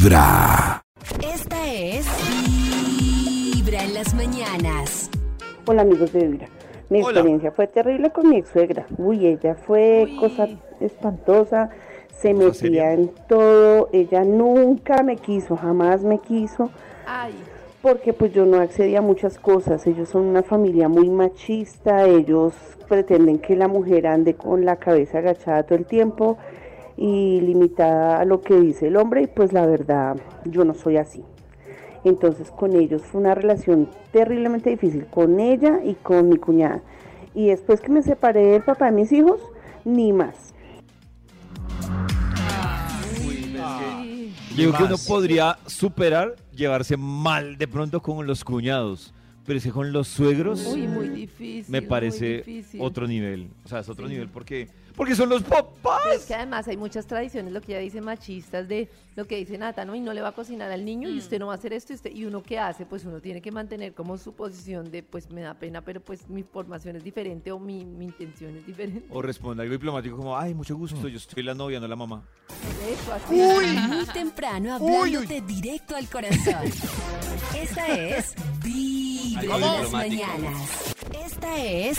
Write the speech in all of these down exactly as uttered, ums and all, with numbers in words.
Vibra. Esta es Vibra en las mañanas. Hola amigos de Vibra. Mi Hola. experiencia fue terrible con mi ex suegra. Uy, ella fue Uy. cosa espantosa. Se ¿Cosa metía seria? en todo. Ella nunca me quiso, jamás me quiso. Ay, Porque pues yo no accedía a muchas cosas. Ellos son una familia muy machista. Ellos pretenden que la mujer ande con la cabeza agachada todo el tiempo y limitada a lo que dice el hombre. Y pues la verdad, yo no soy así. Entonces con ellos fue una relación terriblemente difícil, con ella y con mi cuñada. Y después que me separé del papá de mis hijos, ni más. Digo que uno podría superar llevarse mal de pronto con los cuñados, pero es que con los suegros uy, muy difícil. me muy parece difícil. otro nivel. O sea, es otro Sí. nivel porque porque son los papás. Pero es que además hay muchas tradiciones, lo que ella dice, machistas, de lo que dice Nata, ¿no? Y no le va a cocinar al niño y usted no va a hacer esto y usted, y uno qué hace, pues uno tiene que mantener como su posición de, pues me da pena, pero pues mi formación es diferente o mi, mi intención es diferente. O responde algo diplomático como, ay, mucho gusto, yo soy la novia, no la mamá. Eso, así. Muy temprano hablándote directo al corazón. Esta es Vibra en las mañanas. Esta es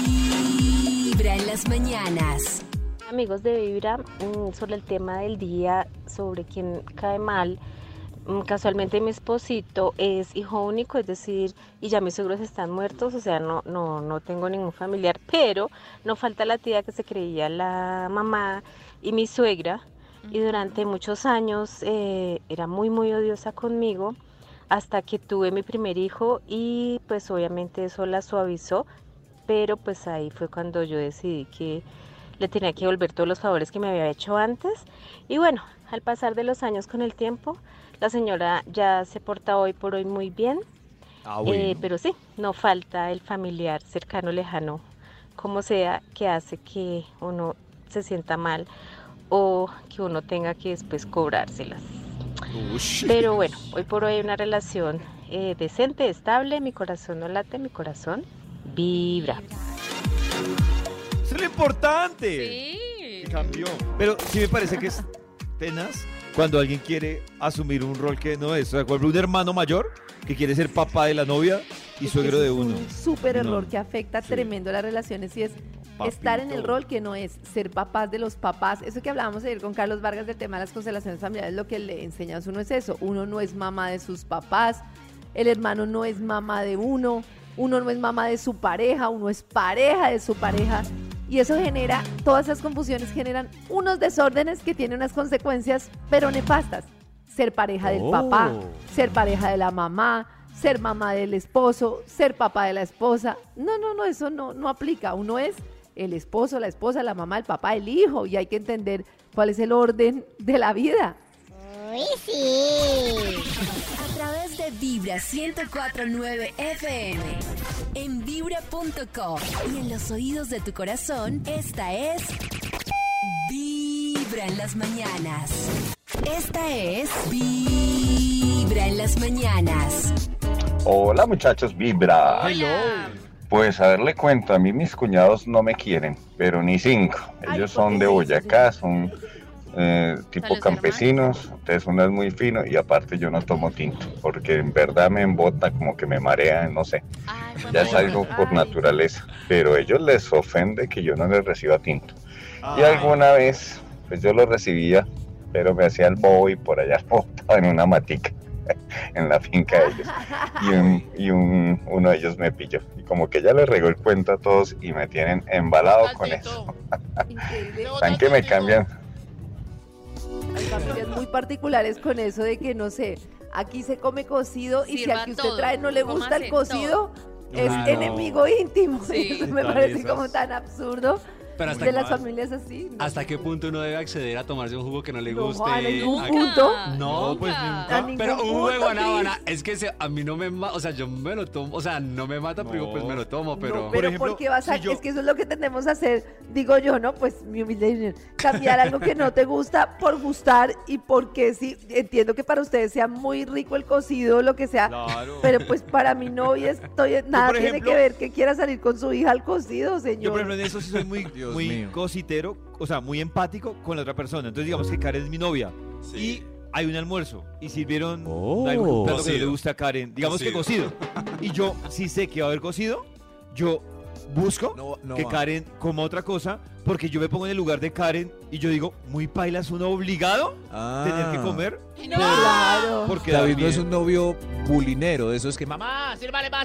Vibra en las mañanas. Amigos de Vibra, mm, sobre el tema del día, sobre quién cae mal, mm, casualmente mi esposito es hijo único, es decir, y ya mis suegros están muertos, o sea, no, no, no tengo ningún familiar, pero no falta la tía que se creía la mamá y mi suegra, y durante muchos años eh, era muy, muy odiosa conmigo, hasta que tuve mi primer hijo y pues obviamente eso la suavizó, pero pues ahí fue cuando yo decidí que le tenía que devolver todos los favores que me había hecho antes. Y bueno, al pasar de los años con el tiempo, la señora ya se porta hoy por hoy muy bien. Ah, bueno. Eh, pero sí, no falta el familiar cercano, lejano, como sea, que hace que uno se sienta mal o que uno tenga que después cobrárselas. Ush. Pero bueno, hoy por hoy hay una relación eh, decente, estable, mi corazón no late, mi corazón vibra. Eso es lo importante. Sí. Cambió. Pero sí me parece que es tenaz cuando alguien quiere asumir un rol que no es. O sea, cuando un hermano mayor que quiere ser papá de la novia y Es que suegro eso de es uno. un súper error No. que afecta Sí. tremendo las relaciones y es Papito. estar en el rol que no es ser papás de los papás. Eso que hablábamos ayer con Carlos Vargas del tema de las constelaciones familiares, lo que le enseñas uno es eso. Uno no es mamá de sus papás, el hermano no es mamá de uno, uno no es mamá de su pareja, uno es pareja de su pareja. Y eso genera, todas esas confusiones generan unos desórdenes que tienen unas consecuencias, pero nefastas. Ser pareja del Oh. papá, ser pareja de la mamá, ser mamá del esposo, ser papá de la esposa. No, no, no, eso no, no aplica. Uno es el esposo, la esposa, la mamá, el papá, el hijo. Y hay que entender cuál es el orden de la vida. A través de Vibra ciento cuatro punto nueve F M, en vibra punto com y en los oídos de tu corazón, esta es Vibra en las mañanas. Esta es Vibra en las mañanas. Hola muchachos, Vibra. Hola. Pues a ver, le cuento, a mí mis cuñados no me quieren, pero ni cinco. Ay, Ellos ¿por son qué de dices Boyacá, eso? son eh, tipo los campesinos, entonces uno es muy fino y aparte yo no tomo tinto, porque en verdad me embota, como que me marea, no sé, Ay, ya es algo por Ay. naturaleza, pero a ellos les ofende que yo no les reciba tinto. Y Ay. alguna vez, pues yo lo recibía, pero me hacía el bobo y por allá botaba en una matica en la finca de ellos. Y, un, y un, uno de ellos me pilló. Y como que ya le regó el cuento a todos y me tienen embalado con eso. Increíble. ¿Saben que me cambian? Hay familias muy particulares con eso de que, no sé, aquí se come cocido y si Sirva al que usted todo, trae no le gusta el cómase cocido, es Ah, no. enemigo íntimo. Sí. Eso me Tal parece esas. como tan absurdo Pero hasta, de las familias así. ¿no? ¿hasta qué punto uno debe acceder a tomarse un jugo que no le No, guste? a ningún A- punto. No, pues A ningún Pero un jugo de punto, guanábana, Cris. es que se- a mí no me mata, o sea, yo me lo tomo, o sea, no me mata, pero No. pues me lo tomo, pero... No, pero ejemplo, ¿por qué vas a...? si yo- Es que eso es lo que tenemos que hacer, digo yo, ¿no? Pues mi humilde opinión, cambiar algo que no te gusta por gustar y porque sí, entiendo que para ustedes sea muy rico el cocido, lo que sea, Claro. pero pues para mi novia estoy, nada por tiene ejemplo- que ver que quiera salir con su hija al cocido, Yo, por señor. ejemplo, en eso sí soy muy, muy mío. cositero, o sea, muy empático con la otra persona. Entonces, digamos que Karen es mi novia. Sí. Y hay un almuerzo y sirvieron Oh. algún plato que Cocido. le gusta a Karen, digamos que cocido. Y yo, si sé que va a haber cocido, yo busco No, no que va. Karen coma otra cosa, porque yo me pongo en el lugar de Karen y yo digo, muy pailas uno obligado Ah. tener que comer. Claro. Porque David no es un novio bulinero, de eso es que mamá, sírvale más.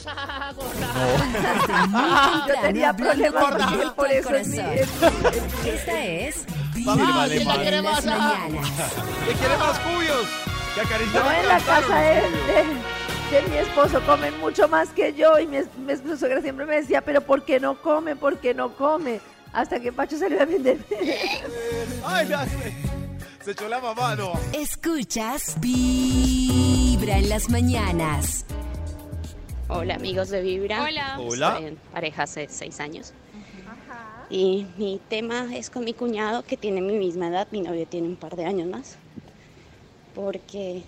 Yo tenía problemas con él, por eso es mi... es- Esta es Mamá, Vibra ¿quién la en quiere las mañanas. ¿Qué quiere más cubios? Que acariciar No, un en la cántaro, casa de, cubios. de- de mi esposo comen mucho más que yo y mi, es- mi, mi suegra siempre me decía, pero ¿por qué no come? ¿Por qué no come? Hasta que Pacho salió a vender. Ay, ay, se echó la mamá, no. Escuchas Vibra en las mañanas. Hola amigos de Vibra. Hola. Hola. Estoy en pareja hace seis años. Y mi tema es con mi cuñado que tiene mi misma edad. Mi novio tiene un par de años más. Porque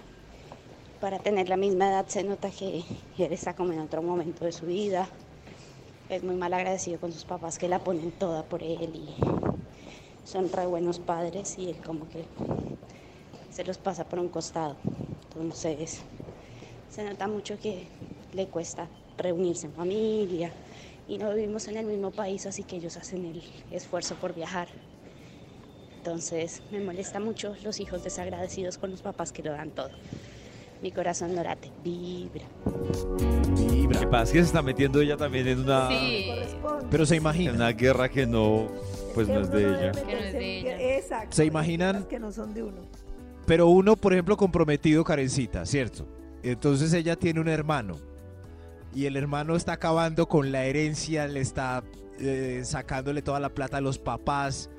para tener la misma edad se nota que él está como en otro momento de su vida. Es muy mal agradecido con sus papás que la ponen toda por él y son re buenos padres y él como que se los pasa por un costado. Entonces se nota mucho que le cuesta reunirse en familia y no vivimos en el mismo país, así que ellos hacen el esfuerzo por viajar. Entonces me molesta mucho los hijos desagradecidos con los papás que lo dan todo. Mi corazón no late, vibra. Lo que pasa es que se está metiendo ella también en una, Sí. Pero se en imagina, una guerra que no, pues no es de ella. Que no es de ella. Exacto. ¿Se imaginan? Que no son de uno. pero uno, por ejemplo, comprometido, Karencita, ¿cierto? Entonces ella tiene un hermano y el hermano está acabando con la herencia, le está eh, sacándole toda la plata a los papás,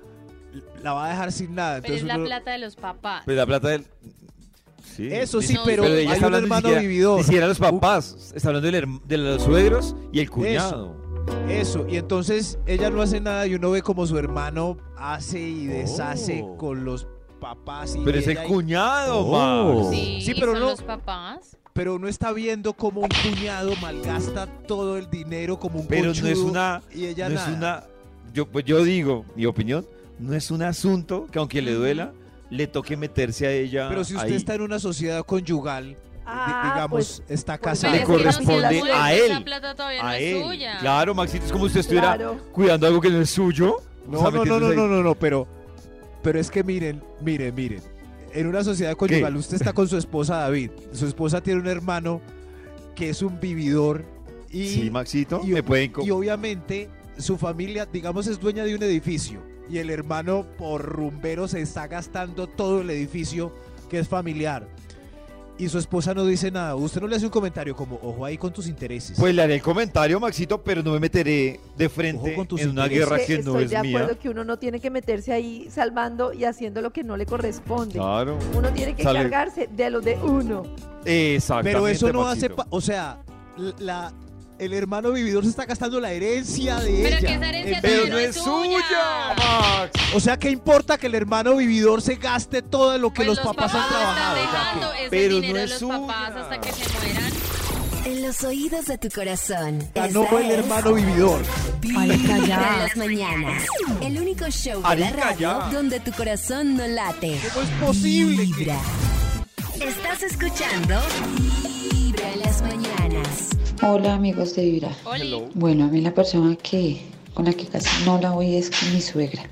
la va a dejar sin nada. Pero Entonces es la uno- plata de los papás. Pues la plata del... Sí. Eso sí, No, pero, pero ella hay está un hablando ni hermano siquiera- vividor. Ni siquiera los papás, está hablando del herm- de los suegros y el cuñado. Eso, y entonces ella no hace nada y uno ve como su hermano hace y deshace Oh. con los papás. Y Pero es el ella- cuñado, Oh. Max. Sí, Sí, pero son no- los papás. Pero uno está viendo como un cuñado malgasta todo el dinero como un Pero no es conchudo, una, y ella no nada. es una, yo, pues yo digo, mi opinión, no es un asunto que aunque le duela, le toque meterse a ella. Pero si usted ahí. está en una sociedad conyugal, di- Ah, digamos, pues, está pues, casado. le Pero es que no se corresponde la a suelta, él. Esa plata todavía no a es él. suya. Claro, Maxito, es como si usted estuviera Claro. cuidando algo que no es suyo. No, O sea, no, no, no, metiéndose no, ahí. no, no, pero, pero es que miren, miren, miren. En una sociedad conyugal, usted está con su esposa David. Su esposa tiene un hermano que es un vividor. Y, Sí, Maxito, y- me pueden... co- y obviamente su familia, digamos, es dueña de un edificio. Y el hermano por rumbero se está gastando todo el edificio que es familiar. Y su esposa no dice nada. Usted no le hace un comentario como, ojo ahí con tus intereses. Pues le haré el comentario, Maxito, pero no me meteré de frente Ojo con tus en una intereses. guerra Es que que no estoy es de acuerdo mía. que uno no tiene que meterse ahí salvando y haciendo lo que no le corresponde. Claro. Uno tiene que Sale- encargarse de lo de uno. Exactamente, Pero eso no hace, Maxito. pa- o sea, la, el hermano vividor se está gastando la herencia de Pero ella. que esa herencia En Pero vez- no es suya, Max. O sea, ¿qué importa que el hermano vividor se gaste todo lo que Pues los, papás, han están trabajado? Ya dejando que- ese Pero dinero no de es los suya. papás hasta que se mueran. En los oídos de tu corazón. ganó Esta el es hermano vividor. Vibra en las mañanas. El único show de la Arica, radio ya. donde tu corazón no late. ¿Cómo es posible que- Vibra. Estás escuchando Vibra en las mañanas. Hola amigos de Vibra. Oli. Bueno, a mí la persona que con la que casi no la voy es con mi suegra.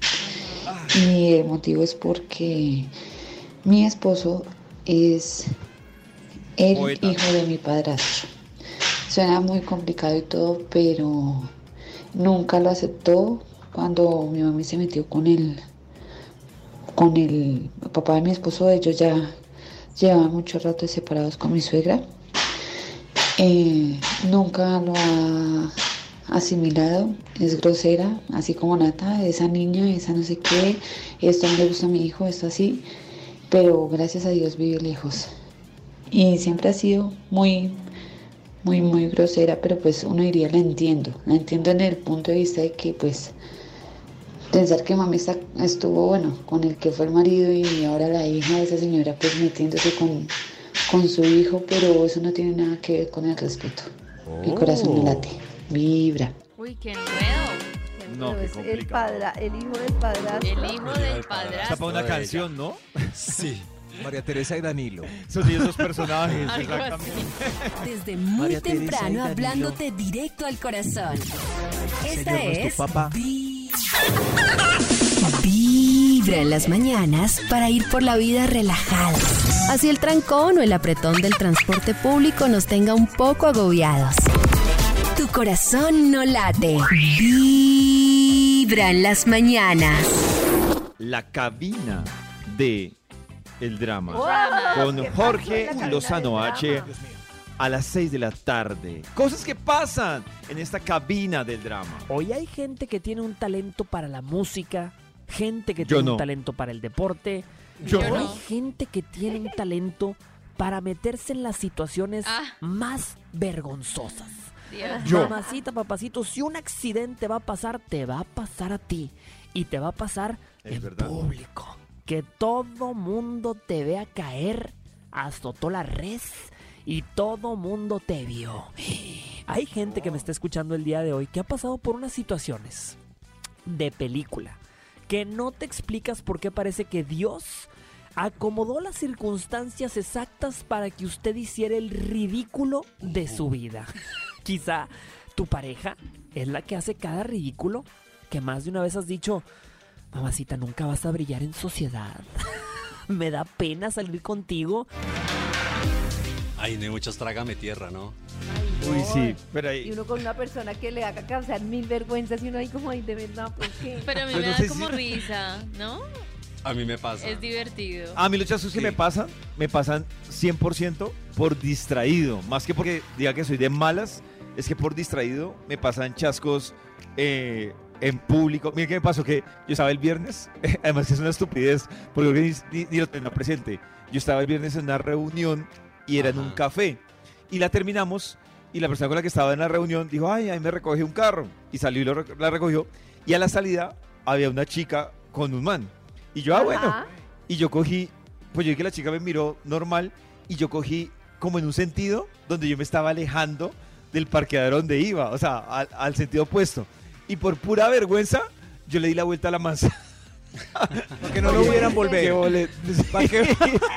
Y el motivo es porque mi esposo es el Poeta. hijo de mi padrastro. Suena muy complicado y todo, pero nunca lo aceptó cuando mi mami se metió con el, con el papá de mi esposo. Ellos ya llevaban mucho rato separados con mi suegra. Eh, nunca lo ha asimilado, es grosera, así como Nata, esa niña, esa no sé qué, esto no le gusta a mi hijo, esto así, pero gracias a Dios vive lejos. Y siempre ha sido muy, muy, muy grosera, pero pues uno diría, la entiendo, la entiendo en el punto de vista de que pues pensar que mami está, estuvo, bueno, con el que fue el marido y ahora la hija de esa señora pues metiéndose con, con su hijo, pero eso no tiene nada que ver con el respeto. Mi corazón no late, vibra. Uy, qué enredo. No, Pero qué es el, complicado. padra, el hijo del padrastro. El hijo del Está padrastro. para una canción, ¿no? Sí. María Teresa y Danilo. Son ellos dos personajes, Algo así. exactamente. Desde muy María Teresa y temprano Danilo. hablándote directo al corazón. Esta Señor, nuestro es papá. Vi- Vibra en las mañanas para ir por la vida relajados. Así el trancón o el apretón del transporte público nos tenga un poco agobiados. Tu corazón no late. Vibra en las mañanas. La cabina de El Drama. Wow, Con ¿qué pasó Jorge en la cabina Lozano del H drama? a las seis de la tarde. Cosas que pasan en esta cabina del drama. Hoy hay gente que tiene un talento para la música, gente que Yo tiene no. un talento para el deporte, Yo pero no. hay gente que tiene un talento para meterse en las situaciones Ah. más vergonzosas. Dios. Yo. Mamacita, papacito, si un accidente va a pasar, te va a pasar a ti. Y te va a pasar Es en verdad. público. Que todo mundo te vea caer, azotó la res y todo mundo te vio. Hay gente que me está escuchando el día de hoy que ha pasado por unas situaciones de película que no te explicas por qué parece que Dios acomodó las circunstancias exactas para que usted hiciera el ridículo de su vida. Quizá tu pareja es la que hace cada ridículo que más de una vez has dicho, mamacita, nunca vas a brillar en sociedad. Me da pena salir contigo. Ay, no hay muchos trágame tierra, ¿no? Ay, Uy, no. sí, pero Y ahí. uno con una persona que le haga causar mil vergüenzas y uno ahí como, ay, de verdad, ¿por qué? Pero a mí Pues me no da sé como si- risa, ¿no? A mí me pasa. Es divertido. A mí los chascos que Sí. me pasan, me pasan cien por ciento por distraído. Más que porque diga que soy de malas, es que por distraído me pasan chascos eh, en público. Miren qué me pasó que yo estaba el viernes, además es una estupidez, porque creo que ni, ni- ni lo tenía presente. Yo estaba el viernes en una reunión y era en un Ajá. café. Y la terminamos y la persona con la que estaba en la reunión dijo, ay, ahí me recoge un carro. Y salió y lo rec- la recogió. Y a la salida había una chica con un man. Y yo, ah, bueno. Ajá. Y yo cogí, pues yo vi que la chica me miró normal y yo cogí como en un sentido donde yo me estaba alejando del parqueadero donde iba, o sea, al, al sentido opuesto. Y por pura vergüenza, yo le di la vuelta a la manzana. Para que no lo hubieran volver. Que, vole- ¿Para qué?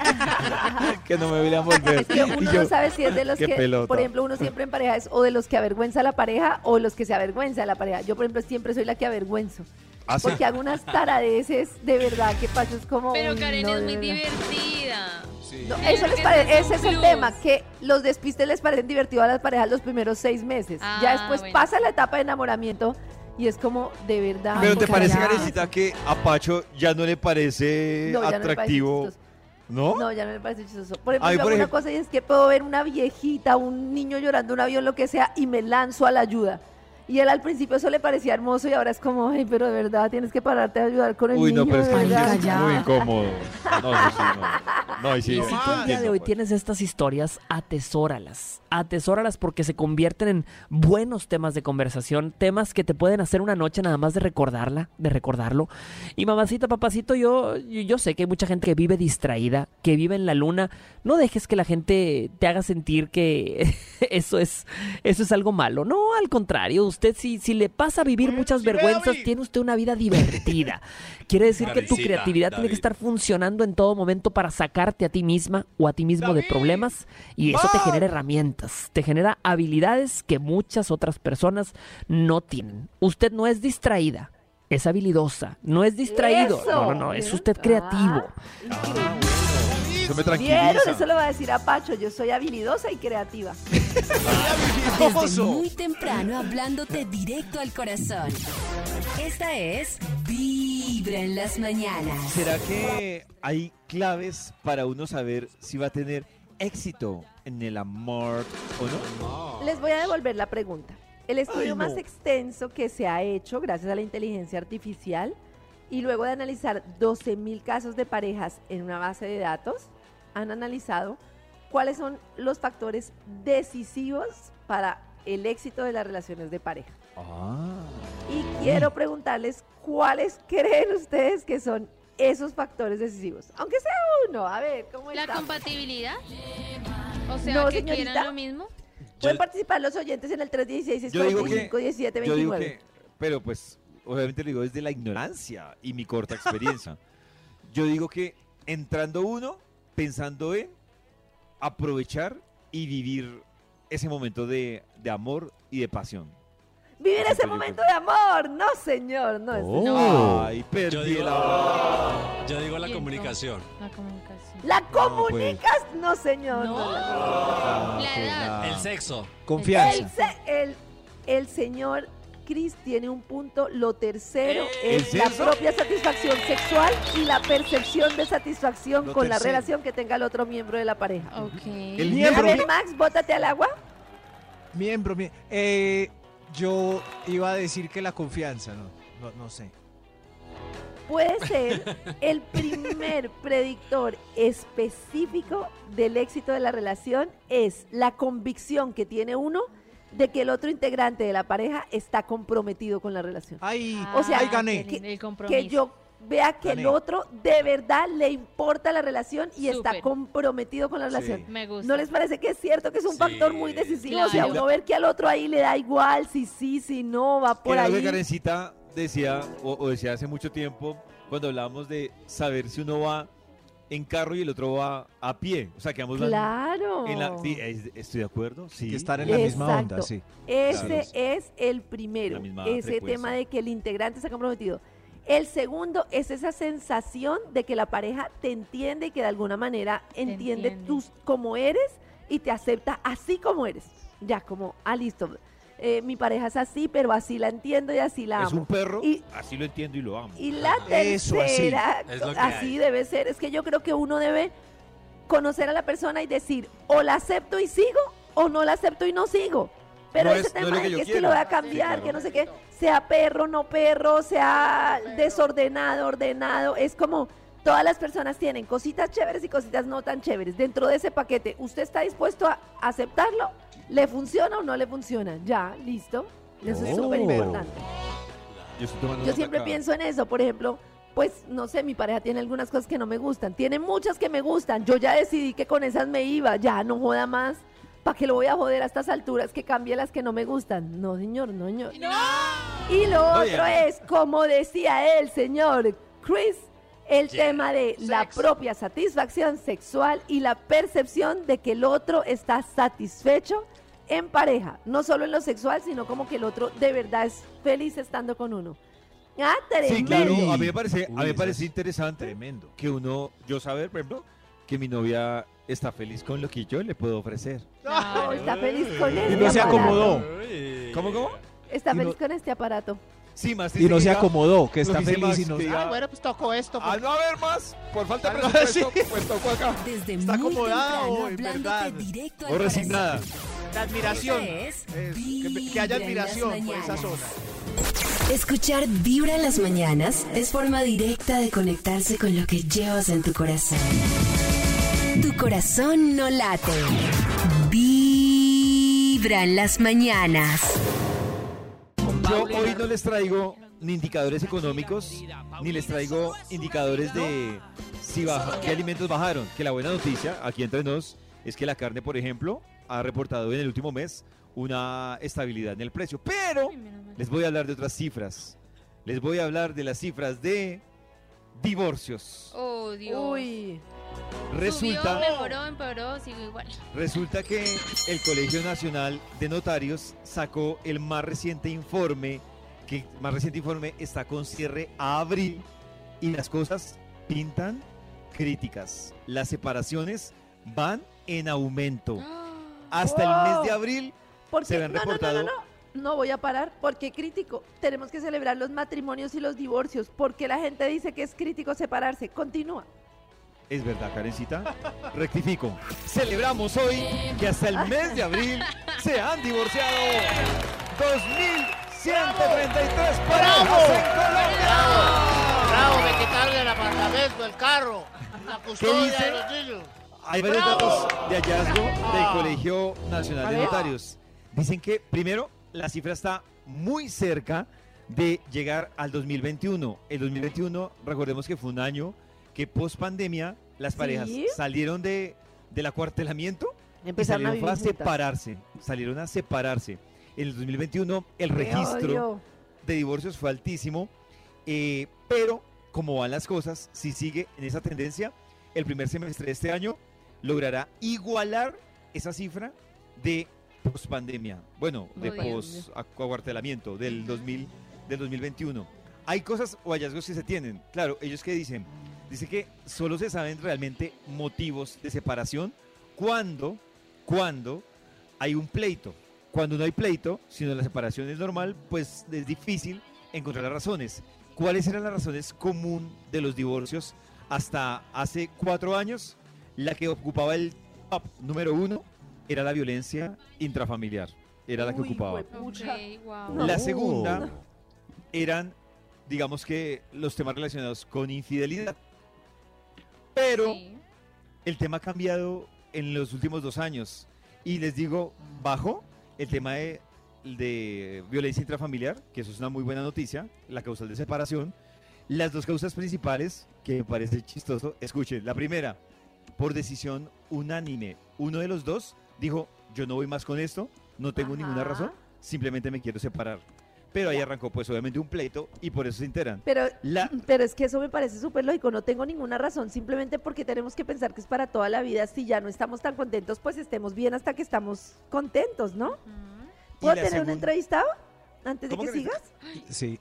que no me hubieran volver. Es que uno Y yo, no sabe si es de los qué que, pelota. por ejemplo, uno siempre en pareja es o de los que avergüenza a la pareja o los que se avergüenza de la pareja. Yo, por ejemplo, siempre soy la que avergüenzo. ¿Ah, sí? Porque hago unas taradeces de verdad que paso es como... Pero uy, Karen no, es de muy verdad. divertida. No, Yo eso creo les que parece, ese ese es es un el plus. tema, que los despistes les parecen divertidos a las parejas los primeros seis meses. Ah, ya después bueno. pasa la etapa de enamoramiento y es como, de verdad. Pero ¿te por parece, allá. Karencita, que a Pacho ya no le parece No, ya no me parece atractivo? chistoso. ¿No? No, ya no me parece chistoso. Por ejemplo, A mí, yo por hago una ejemplo- cosa y es que puedo ver una viejita, un niño llorando, un avión, lo que sea, y me lanzo a la ayuda. Y él al principio eso le parecía hermoso y ahora es como, ay, pero de verdad tienes que pararte a ayudar con el Uy, niño. no, pero es de que verdad. es muy incómodo. No, no, sí, no. No, y sí, Y si tú el día de hoy entiendo, tienes estas historias, atesóralas. Atesóralas porque se convierten en buenos temas de conversación, temas que te pueden hacer una noche nada más de recordarla, de recordarlo. Y mamacita, papacito, yo, yo, yo sé que hay mucha gente que vive distraída, que vive en la luna. No dejes que la gente te haga sentir que eso es, eso es algo malo. No, al contrario, usted si, si le pasa a vivir muchas vergüenzas, tiene usted una vida divertida. Quiere decir que tu Karencita, creatividad tiene que David. estar funcionando en todo momento para sacarte a ti misma o a ti mismo de problemas y eso te genera herramientas, te genera habilidades que muchas otras personas no tienen. Usted no es distraída, es habilidosa, no es distraído, Eso. no, no, no, es usted creativo. Eso me ¿Vieron? tranquiliza. Eso le va a decir a Pacho, yo soy habilidosa y creativa. Desde muy temprano hablándote directo al corazón. Esta es Vibra en las mañanas. ¿Será que hay claves para uno saber si va a tener éxito en el amor o no? Les voy a devolver la pregunta. El estudio Ay, no. más extenso que se ha hecho gracias a la inteligencia artificial y luego de analizar doce mil casos de parejas en una base de datos, han analizado cuáles son los factores decisivos para el éxito de las relaciones de pareja. Ah. Y quiero preguntarles cuáles creen ustedes que son esos factores decisivos. Aunque sea uno, a ver, ¿cómo ¿La estamos? compatibilidad? O sea, No, que señorita. quieran lo mismo. Pueden Yo- participar los oyentes en el tres uno seis, seis Yo digo cuatro cinco, que- diecisiete, Yo digo veintinueve. que, pero pues, obviamente lo digo desde la ignorancia y mi corta experiencia. Yo digo que entrando uno, pensando en aprovechar y vivir ese momento de, de amor y de pasión. Vivir Siento ese yo momento que- de amor. No, señor, no es. Oh. Ay, Yo perdí digo, la... yo digo la Y entonces- comunicación. La comunicación. ¿La pues. comunicas? No, señor. No. no la- Ah, La que edad. la El sexo. El, Confianza. se- el, el señor Chris tiene un punto. Lo tercero ¿El es la sexo? propia satisfacción sexual y la percepción de satisfacción Lo con la tercero. relación que tenga el otro miembro de la pareja. Ok. El A miembro. ver, Max, bótate al agua. Miembro, mie- eh, yo iba a decir que la confianza, no, no, no sé. Puede ser el primer predictor específico del éxito de la relación es la convicción que tiene uno de que el otro integrante de la pareja está comprometido con la relación. Ay, O sea, ay, gané. qué lindo, el compromiso. Que yo vea que el Gané. otro de verdad le importa la relación y está Súper. comprometido con la Sí. relación. Me gusta. ¿No les parece que es cierto que es un Sí, factor muy decisivo? O sea, claro. uno ver que al otro ahí le da igual, si sí, si no, va por Era lo que ahí. Karencita decía, o, o decía hace mucho tiempo, cuando hablábamos de saber si uno va en carro y el otro va a pie. O sea, que ambos van Claro. en la... Sí, es- estoy de acuerdo, sí. Que estar en la misma Exacto. onda, sí. Ese Claro. es el primero, La misma ese frecuencia. tema de que el integrante está comprometido. El segundo es esa sensación de que la pareja te entiende y que de alguna manera entiende, entiende. tú como eres y te acepta así como eres. Ya, como, ah, listo. Eh, mi pareja es así, pero así la entiendo y así la Es amo. un perro, Y- así lo entiendo y lo amo. Y la Eso, así. tercera, Es lo que así hay. debe ser. Es que yo creo que uno debe conocer a la persona y decir, o la acepto y sigo, o no la acepto y no sigo. Pero No ese es- no es tema lo que de yo que es que quiero. lo voy a cambiar, Sí, claro. que no sé qué, sea perro, no perro, sea desordenado, ordenado, es como todas las personas tienen cositas chéveres y cositas no tan chéveres. Dentro de ese paquete, ¿usted está dispuesto a aceptarlo? ¿Le funciona o no le funciona? Ya, listo. Eso es Oh. súper importante. Yo, estoy tomando Yo nota siempre acá. pienso en eso, por ejemplo, pues no sé, mi pareja tiene algunas cosas que no me gustan, tiene muchas que me gustan, yo ya decidí que con esas me iba, ya no joda más, ¿para qué lo voy a joder a estas alturas que cambie las que no me gustan? No, señor, no, señor. Y lo Oye. otro es, como decía el señor Chris, el tema de la propia satisfacción sexual y la percepción de que el otro está satisfecho en pareja, no solo en lo sexual, sino como que el otro de verdad es feliz estando con uno. Ah, Sí, tremendo. claro, a mí me parece, a mí Uy, me eso parece es interesante tremendo. que uno, yo saber, por ejemplo, que mi novia está feliz con lo que yo le puedo ofrecer. Oh, está feliz con Y este no se aparato. acomodó. Uy. ¿Cómo, cómo? Está Y feliz no- con este aparato. Sí, más Y no se diga- acomodó, que lo está dice feliz Max, y no... que diga, Ah, bueno, pues tocó esto. "Ah, no haber más, por falta de Ah, no, presupuesto, sí. pues tocó acá. Desde ¿Está muy acomodado, temprano en hablándote verdad? directo O al resignada. corazón. La admiración. Esta es Es- que, Vibra que haya en las admiración por esa mañanas. zona. Escuchar Vibra en las mañanas es forma directa de conectarse con lo que llevas en tu corazón. Tu corazón no late. Vibra en las mañanas. Yo hoy no les traigo ni indicadores económicos, ni les traigo indicadores de si baja, qué alimentos bajaron. Que la buena noticia, aquí entre nos, es que la carne, por ejemplo, ha reportado en el último mes una estabilidad en el precio. Pero les voy a hablar de otras cifras. Les voy a hablar de las cifras de divorcios. Oh, Dios. Uy, Resulta... Subió, mejoró, empeoró, sigo igual. Resulta que el Colegio Nacional de Notarios sacó el más reciente informe, que el más reciente informe está con cierre a abril y las cosas pintan críticas. Las separaciones van en aumento. Hasta el mes de abril ¿por se qué? ven No, no, no, reportado. no, no, no voy a parar. Porque crítico. Tenemos que celebrar los matrimonios y los divorcios. Porque la gente dice que es crítico separarse. Continúa. Es verdad, Karencita. Rectifico. Celebramos hoy que hasta el mes de abril se han divorciado dos mil ciento treinta y tres parejas en Colombia. Bravo, me quitaron el apartamento, el carro, la custodia dice? de los niños. Hay varios ¡Bravo! datos de hallazgo del Colegio Nacional A de ver. Notarios. Dicen que, primero, la cifra está muy cerca de llegar al dos mil veintiuno. El dos mil veintiuno, recordemos que fue un año que post pandemia las parejas Sí. salieron de, del acuartelamiento y Empezaron a salieron fue a vivir juntas. separarse. Salieron a separarse. En el dos mil veintiuno el Qué registro odio. de divorcios fue altísimo, eh, pero como van las cosas, si sigue en esa tendencia, el primer semestre de este año logrará igualar esa cifra de pospandemia, bueno, de Oh, Dios post-acuartelamiento del, dos mil, del dos mil veintiuno. Hay cosas o hallazgos que se tienen. Claro, ellos que dicen, dice que solo se saben realmente motivos de separación cuando, cuando hay un pleito. Cuando no hay pleito, sino la separación es normal, pues es difícil encontrar las razones. ¿Cuáles eran las razones común de los divorcios hasta hace cuatro años? La que ocupaba el top número uno era la violencia intrafamiliar. Era la que Uy, ocupaba. juepucha. Ok, wow. No. La segunda eran, digamos que, los temas relacionados con infidelidad. Pero Sí. el tema ha cambiado en los últimos dos años. Y les digo, bajó el tema de, de violencia intrafamiliar, que eso es una muy buena noticia, la causal de separación. Las dos causas principales, que me parece chistoso, escuchen, la primera, por decisión unánime. Uno de los dos dijo, yo no voy más con esto, no tengo Ajá. ninguna razón, simplemente me quiero separar. Pero ahí Ya. arrancó pues obviamente un pleito y por eso se enteran. Pero, La, pero es que eso me parece súper lógico, no tengo ninguna razón, simplemente porque tenemos que pensar que es para toda la vida, si ya no estamos tan contentos, pues estemos bien hasta que estamos contentos, ¿no? Ujú. ¿Puedo la tener un segunda- entrevistado antes de ¿Cómo que que sigas? Sí.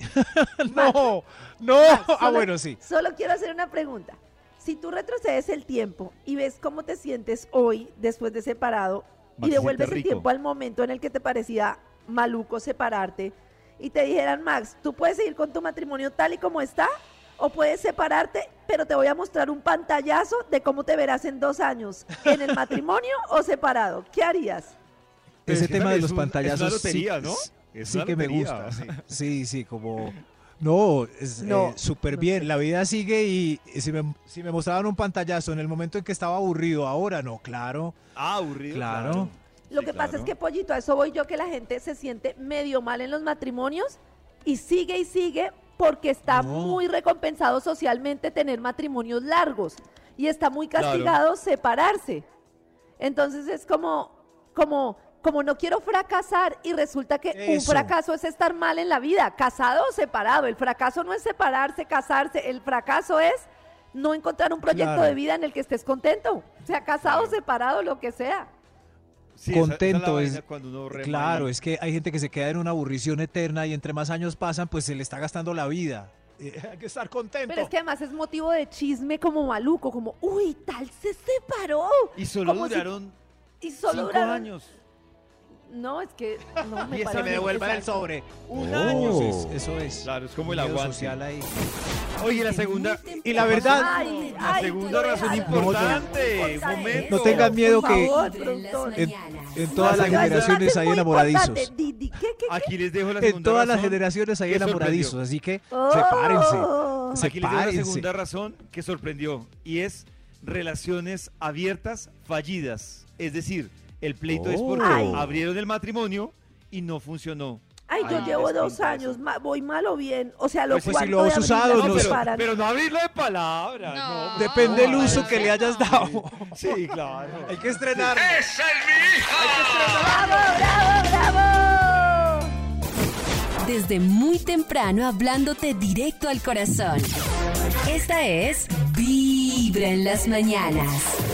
no, no. Max, Ah, solo- bueno, sí. Solo quiero hacer una pregunta. Si tú retrocedes el tiempo y ves cómo te sientes hoy después de separado Max, y devuelves siente el rico. tiempo al momento en el que te parecía maluco separarte y te dijeran, Max, tú puedes seguir con tu matrimonio tal y como está o puedes separarte, pero te voy a mostrar un pantallazo de cómo te verás en dos años, en el matrimonio o separado. ¿Qué harías? Pero Ese es que tema de también los es un- es una pantallazos lotería, sí, ¿no? sí, Es sí una que me lotería, gusta. sí. Sí, sí, como no, es No, eh, súper no bien. sé. La vida sigue y, y si me si me mostraban un pantallazo en el momento en que estaba aburrido, ahora no, claro. Ah, aburrido. Claro. Lo Sí, que pasa claro. es que, Pollito, a eso voy yo, que la gente se siente medio mal en los matrimonios y sigue y sigue porque está No. muy recompensado socialmente tener matrimonios largos y está muy Claro. castigado separarse. Entonces es como, como, como no quiero fracasar y resulta que un Eso. fracaso es estar mal en la vida, casado o separado. El fracaso no es separarse, casarse, el fracaso es no encontrar un proyecto Claro. de vida en el que estés contento, sea casado, Claro. separado, lo que sea. Sí, esa- esa la Contento vaina es cuando uno rema claro, mal. es que hay gente que se queda en una aburrición eterna y entre más años pasan, pues se le está gastando la vida. Eh, hay que estar contento. Pero es que además es motivo de chisme como maluco, como, uy, tal se separó. Y solo como si- duraron Y solo cinco duraron. años. No, es que no me Y ese parece. me devuelvan el exacto. sobre. Un Oh, año. es- eso es. Claro, es como el Miedo aguante. social ahí. Oye, la segunda, Y la verdad, Ay, la ay, segunda qué razón raro. importante, un Importante. momento. No tengan miedo Por que favor, Vibra en las productor. en, mañanas. en todas La las segunda- generaciones Es hay muy enamoradizos. importante. Di- di- ¿qué, qué, Aquí les dejo la En segunda todas las razón generaciones hay que sorprendió. enamoradizos, así que Oh. sepárense. Aquí les dejo la Sepárense. segunda razón que sorprendió y es relaciones abiertas fallidas. Es decir, el pleito es porque Ay. abrieron el matrimonio y no funcionó. Ay, yo Ay, llevo les dos pinta años, eso. ma- voy mal o bien. O sea, lo Pues, si cuarto lo has de abril usado, las no pero, sé. separan. pero no abrirlo de palabra. No. No, Depende del No, uso no, que le no. hayas dado. Sí, claro. Hay que estrenarlo. ¡Bravo, bravo, bravo! Desde muy temprano hablándote directo al corazón. Esta es Vibra en las mañanas.